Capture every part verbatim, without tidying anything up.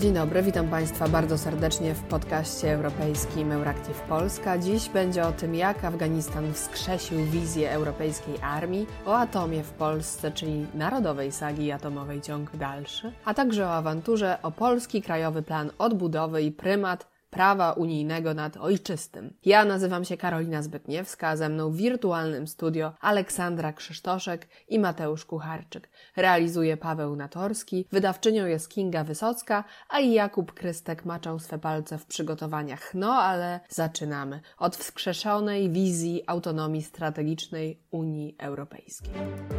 Dzień dobry, witam Państwa bardzo serdecznie w podcaście europejskim Euractiv Polska. Dziś będzie o tym, jak Afganistan wskrzesił wizję europejskiej armii, o atomie w Polsce, czyli narodowej sagi atomowej ciąg dalszy, a także o awanturze o polski krajowy plan odbudowy i prymat prawa unijnego nad ojczystym. Ja nazywam się Karolina Zbytniewska, a ze mną w wirtualnym studio Aleksandra Krzysztoszek i Mateusz Kucharczyk. Realizuje Paweł Natorski, wydawczynią jest Kinga Wysocka, a i Jakub Krystek maczał swe palce w przygotowaniach. No ale zaczynamy od wskrzeszonej wizji autonomii strategicznej Unii Europejskiej.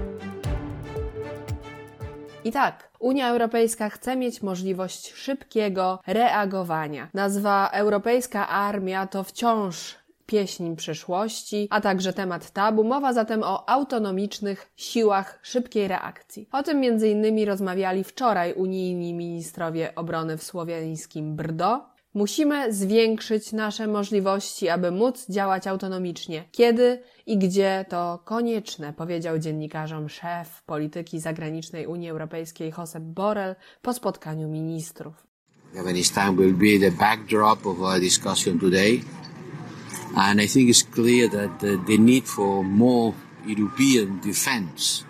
I tak, Unia Europejska chce mieć możliwość szybkiego reagowania. Nazwa Europejska Armia to wciąż pieśń przyszłości, a także temat tabu. Mowa zatem o autonomicznych siłach szybkiej reakcji. O tym między innymi rozmawiali wczoraj unijni ministrowie obrony w słowiańskim Brdo. Musimy zwiększyć nasze możliwości, aby móc działać autonomicznie. Kiedy i gdzie to konieczne, powiedział dziennikarzom szef polityki zagranicznej Unii Europejskiej Josep Borrell po spotkaniu ministrów. Afghanistan will be the backdrop of our discussion today. And I think it's clear that the, the need for more European defense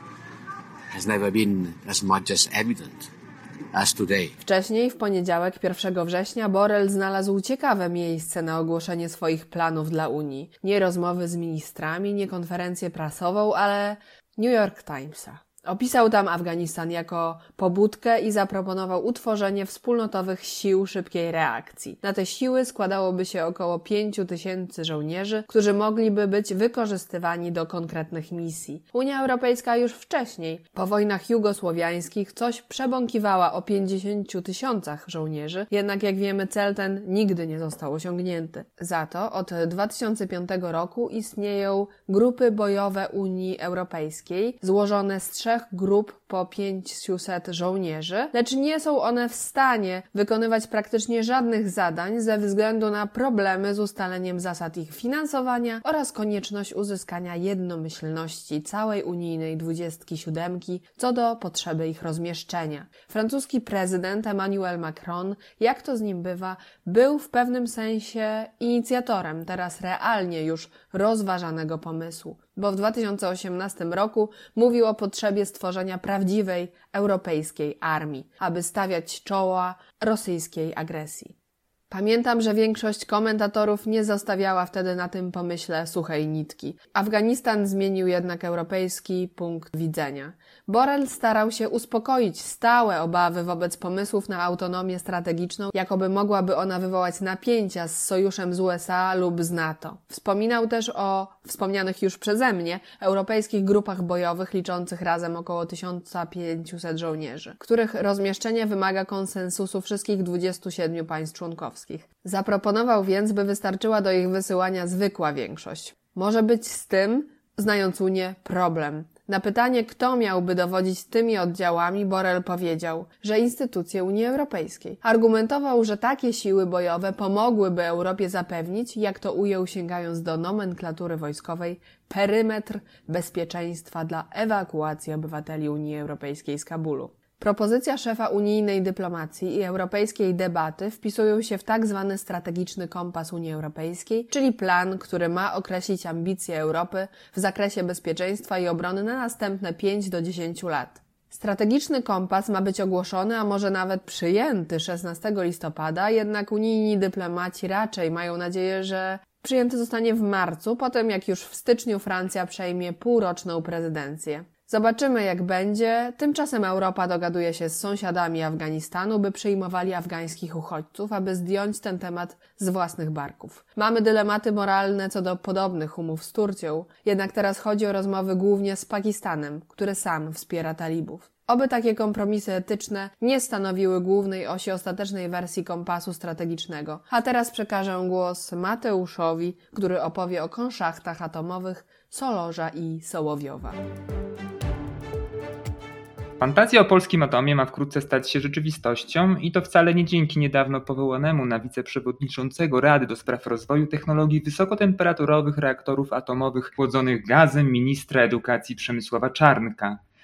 has never been as much as evident as today. Wcześniej, w poniedziałek, pierwszego września, Borrell znalazł ciekawe miejsce na ogłoszenie swoich planów dla Unii. Nie rozmowy z ministrami, nie konferencję prasową, ale New York Timesa. Opisał tam Afganistan jako pobudkę i zaproponował utworzenie wspólnotowych sił szybkiej reakcji. Na te siły składałoby się około pięciu tysięcy żołnierzy, którzy mogliby być wykorzystywani do konkretnych misji. Unia Europejska już wcześniej, po wojnach jugosłowiańskich, coś przebąkiwała o pięćdziesięciu tysiącach żołnierzy, jednak jak wiemy cel ten nigdy nie został osiągnięty. Za to od dwa tysiące piątego roku istnieją grupy bojowe Unii Europejskiej, złożone z trzech grup po pięciuset żołnierzy, lecz nie są one w stanie wykonywać praktycznie żadnych zadań ze względu na problemy z ustaleniem zasad ich finansowania oraz konieczność uzyskania jednomyślności całej unijnej dwudziestki siódemki co do potrzeby ich rozmieszczenia. Francuski prezydent Emmanuel Macron, jak to z nim bywa, był w pewnym sensie inicjatorem teraz realnie już rozważanego pomysłu, bo w dwa tysiące osiemnastym roku mówił o potrzebie stworzenia prawdziwej europejskiej armii, aby stawiać czoła rosyjskiej agresji. Pamiętam, że większość komentatorów nie zostawiała wtedy na tym pomyśle suchej nitki. Afganistan zmienił jednak europejski punkt widzenia. Borrell starał się uspokoić stałe obawy wobec pomysłów na autonomię strategiczną, jakoby mogłaby ona wywołać napięcia z sojuszem z U S A lub z NATO. Wspominał też o wspomnianych już przeze mnie europejskich grupach bojowych liczących razem około tysiąc pięćset żołnierzy, których rozmieszczenie wymaga konsensusu wszystkich dwudziestu siedmiu państw członkowskich. Zaproponował więc, by wystarczyła do ich wysyłania zwykła większość. Może być z tym, znając Unię, problem. Na pytanie, kto miałby dowodzić tymi oddziałami, Borrell powiedział, że instytucje Unii Europejskiej. Argumentował, że takie siły bojowe pomogłyby Europie zapewnić, jak to ujął sięgając do nomenklatury wojskowej, perymetr bezpieczeństwa dla ewakuacji obywateli Unii Europejskiej z Kabulu. Propozycja szefa unijnej dyplomacji i europejskiej debaty wpisują się w tak zwany strategiczny kompas Unii Europejskiej, czyli plan, który ma określić ambicje Europy w zakresie bezpieczeństwa i obrony na następne pięć do dziesięciu lat. Strategiczny kompas ma być ogłoszony, a może nawet przyjęty szesnastego listopada, jednak unijni dyplomaci raczej mają nadzieję, że przyjęty zostanie w marcu, potem jak już w styczniu Francja przejmie półroczną prezydencję. Zobaczymy, jak będzie. Tymczasem Europa dogaduje się z sąsiadami Afganistanu, by przyjmowali afgańskich uchodźców, aby zdjąć ten temat z własnych barków. Mamy dylematy moralne co do podobnych umów z Turcją, jednak teraz chodzi o rozmowy głównie z Pakistanem, który sam wspiera talibów. Oby takie kompromisy etyczne nie stanowiły głównej osi ostatecznej wersji kompasu strategicznego. A teraz przekażę głos Mateuszowi, który opowie o konszachtach atomowych Solorza i Sołowiowa. Fantazja o polskim atomie ma wkrótce stać się rzeczywistością i to wcale nie dzięki niedawno powołanemu na wiceprzewodniczącego Rady do spraw rozwoju technologii wysokotemperaturowych reaktorów atomowych chłodzonych gazem ministra edukacji Przemysława Czarnka.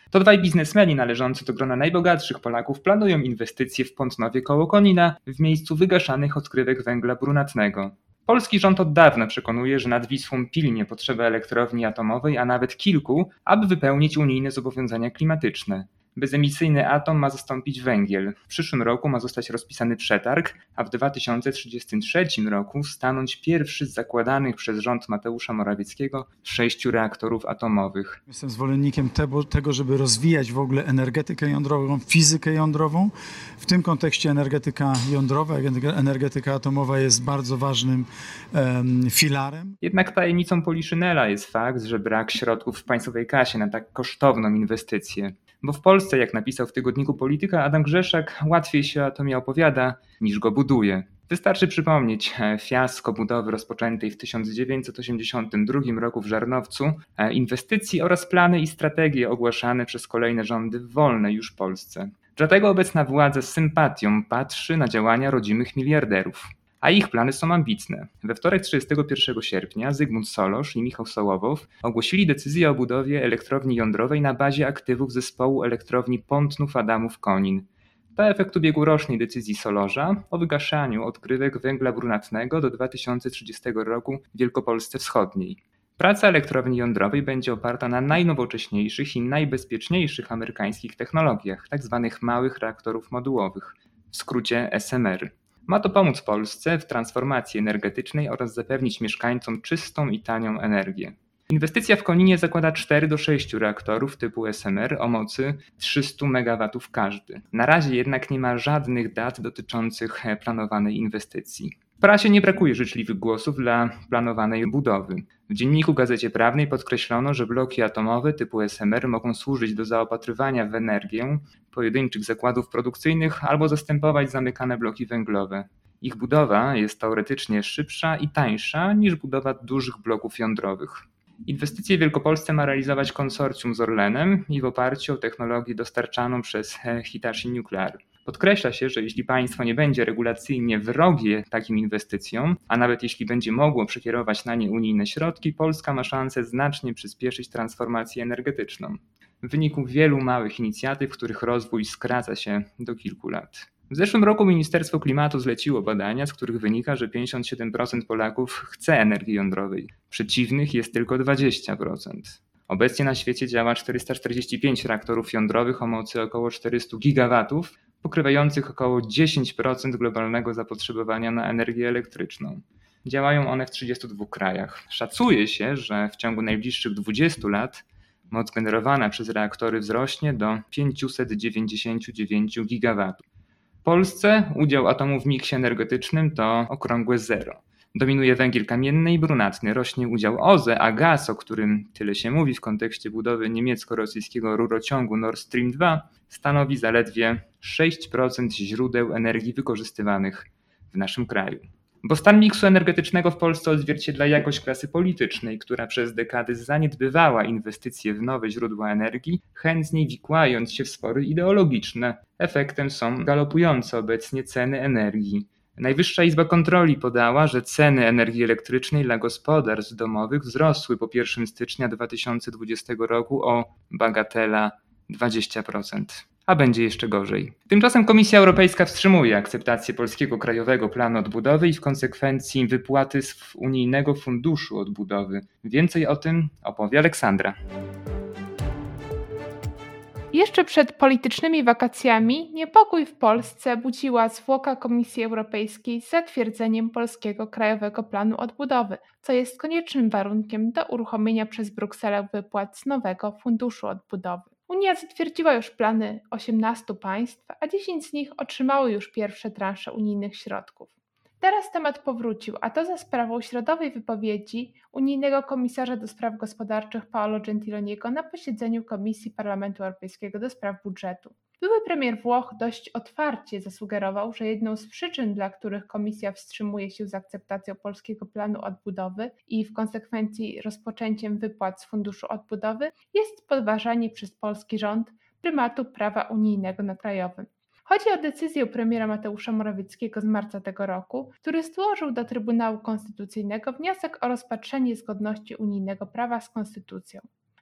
To dwaj biznesmeni należący do grona najbogatszych Polaków planują inwestycje w Pątnowie koło Konina w miejscu wygaszanych odkrywek węgla brunatnego. Polski rząd od dawna przekonuje, że nad Wisłą pilnie potrzeba elektrowni atomowej, a nawet kilku, aby wypełnić unijne zobowiązania klimatyczne. Bezemisyjny atom ma zastąpić węgiel. W przyszłym roku ma zostać rozpisany przetarg, a w dwa tysiące trzydziestym trzecim roku stanąć pierwszy z zakładanych przez rząd Mateusza Morawieckiego sześciu reaktorów atomowych. Jestem zwolennikiem tego, żeby rozwijać w ogóle energetykę jądrową, fizykę jądrową. W tym kontekście energetyka jądrowa, energetyka atomowa jest bardzo ważnym um, filarem. Jednak tajemnicą Poliszynela jest fakt, że brak środków w państwowej kasie na tak kosztowną inwestycję. Bo w Polsce, jak napisał w tygodniku Polityka Adam Grzeszak, łatwiej się o atomie opowiada, niż go buduje. Wystarczy przypomnieć fiasko budowy rozpoczętej w tysiąc dziewięćset osiemdziesiątym drugim roku w Żarnowcu, inwestycji oraz plany i strategie ogłaszane przez kolejne rządy w wolnej już Polsce. Dlatego obecna władza z sympatią patrzy na działania rodzimych miliarderów. A ich plany są ambitne. We wtorek trzydziestego pierwszego sierpnia Zygmunt Solorz i Michał Sołowow ogłosili decyzję o budowie elektrowni jądrowej na bazie aktywów zespołu elektrowni Pątnów-Adamów-Konin. To efekt ubiegłorocznej decyzji Solorza o wygaszaniu odkrywek węgla brunatnego do dwa tysiące trzydziestego roku w Wielkopolsce Wschodniej. Praca elektrowni jądrowej będzie oparta na najnowocześniejszych i najbezpieczniejszych amerykańskich technologiach, tzw. małych reaktorów modułowych, w skrócie S M R. Ma to pomóc Polsce w transformacji energetycznej oraz zapewnić mieszkańcom czystą i tanią energię. Inwestycja w Koninie zakłada cztery do sześciu reaktorów typu S M R o mocy trzysta megawatów każdy. Na razie jednak nie ma żadnych dat dotyczących planowanej inwestycji. W prasie nie brakuje życzliwych głosów dla planowanej budowy. W dzienniku Gazecie Prawnej podkreślono, że bloki atomowe typu S M R mogą służyć do zaopatrywania w energię pojedynczych zakładów produkcyjnych albo zastępować zamykane bloki węglowe. Ich budowa jest teoretycznie szybsza i tańsza niż budowa dużych bloków jądrowych. Inwestycje w Wielkopolsce ma realizować konsorcjum z Orlenem i w oparciu o technologię dostarczaną przez Hitachi Nuclear. Podkreśla się, że jeśli państwo nie będzie regulacyjnie wrogie takim inwestycjom, a nawet jeśli będzie mogło przekierować na nie unijne środki, Polska ma szansę znacznie przyspieszyć transformację energetyczną. W wyniku wielu małych inicjatyw, których rozwój skraca się do kilku lat. W zeszłym roku Ministerstwo Klimatu zleciło badania, z których wynika, że pięćdziesiąt siedem procent Polaków chce energii jądrowej. Przeciwnych jest tylko dwadzieścia procent. Obecnie na świecie działa czterysta czterdzieści pięć reaktorów jądrowych o mocy około czterysta gigawatów, pokrywających około dziesięć procent globalnego zapotrzebowania na energię elektryczną. Działają one w trzydziestu dwóch krajach. Szacuje się, że w ciągu najbliższych dwudziestu lat moc generowana przez reaktory wzrośnie do pięćset dziewięćdziesiąt dziewięć gigawatów. W Polsce udział atomu w miksie energetycznym to okrągłe zero. Dominuje węgiel kamienny i brunatny, rośnie udział O Z E, a gaz, o którym tyle się mówi w kontekście budowy niemiecko-rosyjskiego rurociągu Nord Stream dwa, stanowi zaledwie sześć procent źródeł energii wykorzystywanych w naszym kraju. Bo stan miksu energetycznego w Polsce odzwierciedla jakość klasy politycznej, która przez dekady zaniedbywała inwestycje w nowe źródła energii, chętnie wikłając się w spory ideologiczne. Efektem są galopujące obecnie ceny energii. Najwyższa Izba Kontroli podała, że ceny energii elektrycznej dla gospodarstw domowych wzrosły po pierwszego stycznia dwa tysiące dwudziestego roku o bagatela dwadzieścia procent. A będzie jeszcze gorzej. Tymczasem Komisja Europejska wstrzymuje akceptację Polskiego Krajowego Planu Odbudowy i w konsekwencji wypłaty z Unijnego Funduszu Odbudowy. Więcej o tym opowie Aleksandra. Jeszcze przed politycznymi wakacjami niepokój w Polsce budziła zwłoka Komisji Europejskiej z zatwierdzeniem Polskiego Krajowego Planu Odbudowy, co jest koniecznym warunkiem do uruchomienia przez Brukselę wypłat z nowego Funduszu Odbudowy. Unia zatwierdziła już plany osiemnastu państw, a dziesięć z nich otrzymało już pierwsze transze unijnych środków. Teraz temat powrócił, a to za sprawą środowej wypowiedzi unijnego komisarza do spraw gospodarczych Paolo Gentiloniego na posiedzeniu Komisji Parlamentu Europejskiego do spraw budżetu. Były premier Włoch dość otwarcie zasugerował, że jedną z przyczyn, dla których Komisja wstrzymuje się z akceptacją Polskiego Planu Odbudowy i w konsekwencji rozpoczęciem wypłat z Funduszu Odbudowy, jest podważanie przez polski rząd prymatu prawa unijnego nad krajowym. Chodzi o decyzję premiera Mateusza Morawieckiego z marca tego roku, który złożył do Trybunału Konstytucyjnego wniosek o rozpatrzenie zgodności unijnego prawa z konstytucją.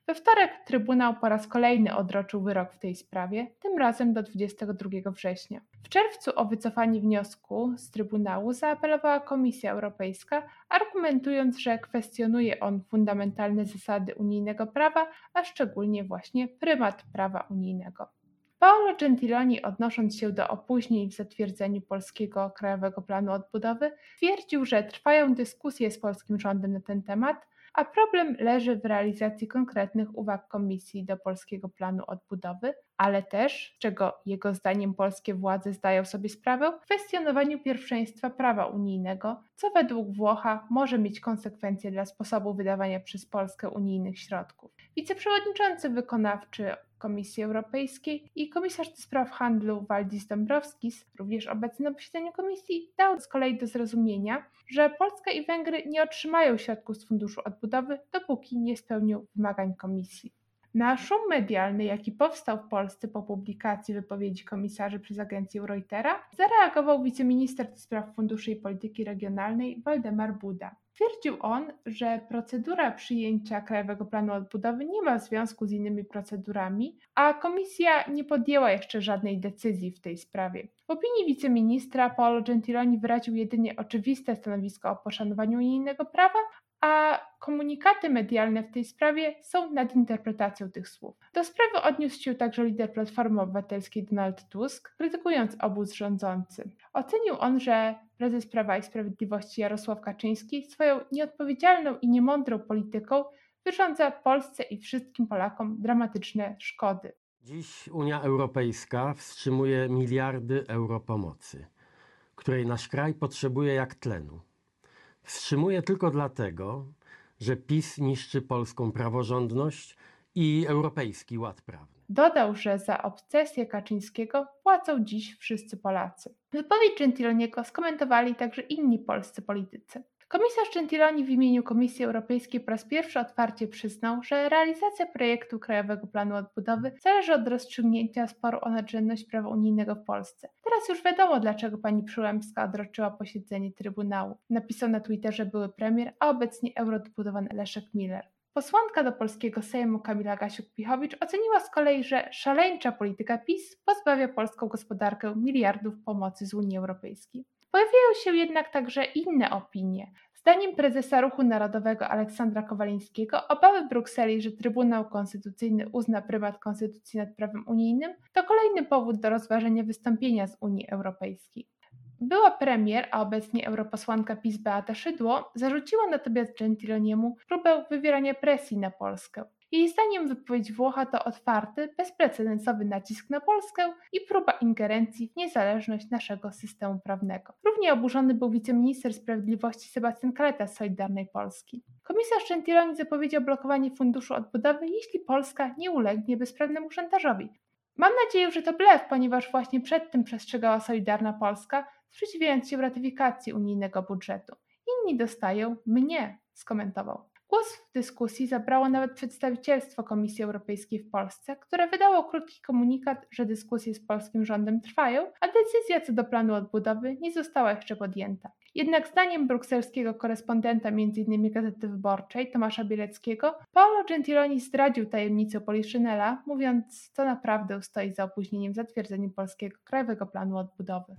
We wtorek Trybunał po raz kolejny odroczył wyrok w tej sprawie, tym razem do dwudziestego drugiego września. W czerwcu o wycofanie wniosku z Trybunału zaapelowała Komisja Europejska, argumentując, że kwestionuje on fundamentalne zasady unijnego prawa, a szczególnie właśnie prymat prawa unijnego. Paolo Gentiloni, odnosząc się do opóźnień w zatwierdzeniu polskiego Krajowego Planu Odbudowy, twierdził, że trwają dyskusje z polskim rządem na ten temat, a problem leży w realizacji konkretnych uwag Komisji do Polskiego Planu Odbudowy, ale też, z czego jego zdaniem polskie władze zdają sobie sprawę, w kwestionowaniu pierwszeństwa prawa unijnego, co według Włocha może mieć konsekwencje dla sposobu wydawania przez Polskę unijnych środków. Wiceprzewodniczący wykonawczy Komisji Europejskiej i komisarz do spraw handlu Valdis Dombrovskis, również obecny na posiedzeniu komisji, dał z kolei do zrozumienia, że Polska i Węgry nie otrzymają środków z Funduszu Odbudowy, dopóki nie spełnią wymagań komisji. Na szum medialny, jaki powstał w Polsce po publikacji wypowiedzi komisarzy przez agencję Reutera, zareagował wiceminister do spraw funduszy i polityki regionalnej Waldemar Buda. Twierdził on, że procedura przyjęcia Krajowego Planu Odbudowy nie ma związku z innymi procedurami, a komisja nie podjęła jeszcze żadnej decyzji w tej sprawie. W opinii wiceministra Paolo Gentiloni wyraził jedynie oczywiste stanowisko o poszanowaniu unijnego prawa, a komunikaty medialne w tej sprawie są nadinterpretacją tych słów. Do sprawy odniósł się także lider Platformy Obywatelskiej Donald Tusk, krytykując obóz rządzący. Ocenił on, że prezes Prawa i Sprawiedliwości Jarosław Kaczyński swoją nieodpowiedzialną i niemądrą polityką wyrządza Polsce i wszystkim Polakom dramatyczne szkody. Dziś Unia Europejska wstrzymuje miliardy euro pomocy, której nasz kraj potrzebuje jak tlenu. Wstrzymuje tylko dlatego, że PiS niszczy polską praworządność i europejski ład prawny. Dodał, że za obsesję Kaczyńskiego płacą dziś wszyscy Polacy. Wypowiedź Gentiloniego skomentowali także inni polscy politycy. Komisarz Gentiloni w imieniu Komisji Europejskiej po raz pierwszy otwarcie przyznał, że realizacja projektu Krajowego Planu Odbudowy zależy od rozstrzygnięcia sporu o nadrzędność prawa unijnego w Polsce. Teraz już wiadomo, dlaczego pani Przyłębska odroczyła posiedzenie Trybunału. Napisał na Twitterze były premier, a obecnie eurodeputowany Leszek Miller. Posłanka do polskiego Sejmu Kamila Gasiuk-Pihowicz oceniła z kolei, że szaleńcza polityka PiS pozbawia polską gospodarkę miliardów pomocy z Unii Europejskiej. Pojawiają się jednak także inne opinie. Zdaniem prezesa Ruchu Narodowego Aleksandra Kowalińskiego obawy Brukseli, że Trybunał Konstytucyjny uzna prymat konstytucji nad prawem unijnym, to kolejny powód do rozważenia wystąpienia z Unii Europejskiej. Była premier, a obecnie europosłanka PiS Beata Szydło zarzuciła natomiast Gentiloniemu próbę wywierania presji na Polskę. Jej zdaniem wypowiedź Włocha to otwarty, bezprecedensowy nacisk na Polskę i próba ingerencji w niezależność naszego systemu prawnego. Równie oburzony był wiceminister sprawiedliwości Sebastian Kaleta z Solidarnej Polski. Komisarz Gentiloni zapowiedział blokowanie Funduszu Odbudowy, jeśli Polska nie ulegnie bezprawnemu szantażowi. Mam nadzieję, że to blef, ponieważ właśnie przed tym przestrzegała Solidarna Polska, sprzeciwiając się ratyfikacji unijnego budżetu. Inni dostają mnie, skomentował. Głos w dyskusji zabrało nawet przedstawicielstwo Komisji Europejskiej w Polsce, które wydało krótki komunikat, że dyskusje z polskim rządem trwają, a decyzja co do planu odbudowy nie została jeszcze podjęta. Jednak zdaniem brukselskiego korespondenta między innymi Gazety Wyborczej Tomasza Bieleckiego, Paolo Gentiloni zdradził tajemnicę Poliszynela, mówiąc, co naprawdę stoi za opóźnieniem zatwierdzenia polskiego Krajowego Planu Odbudowy.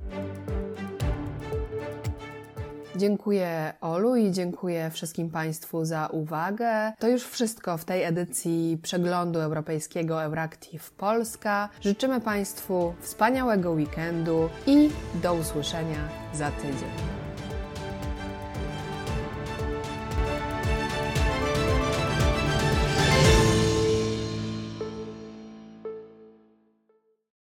Dziękuję Olu i dziękuję wszystkim Państwu za uwagę. To już wszystko w tej edycji przeglądu europejskiego Euractiv Polska. Życzymy Państwu wspaniałego weekendu i do usłyszenia za tydzień.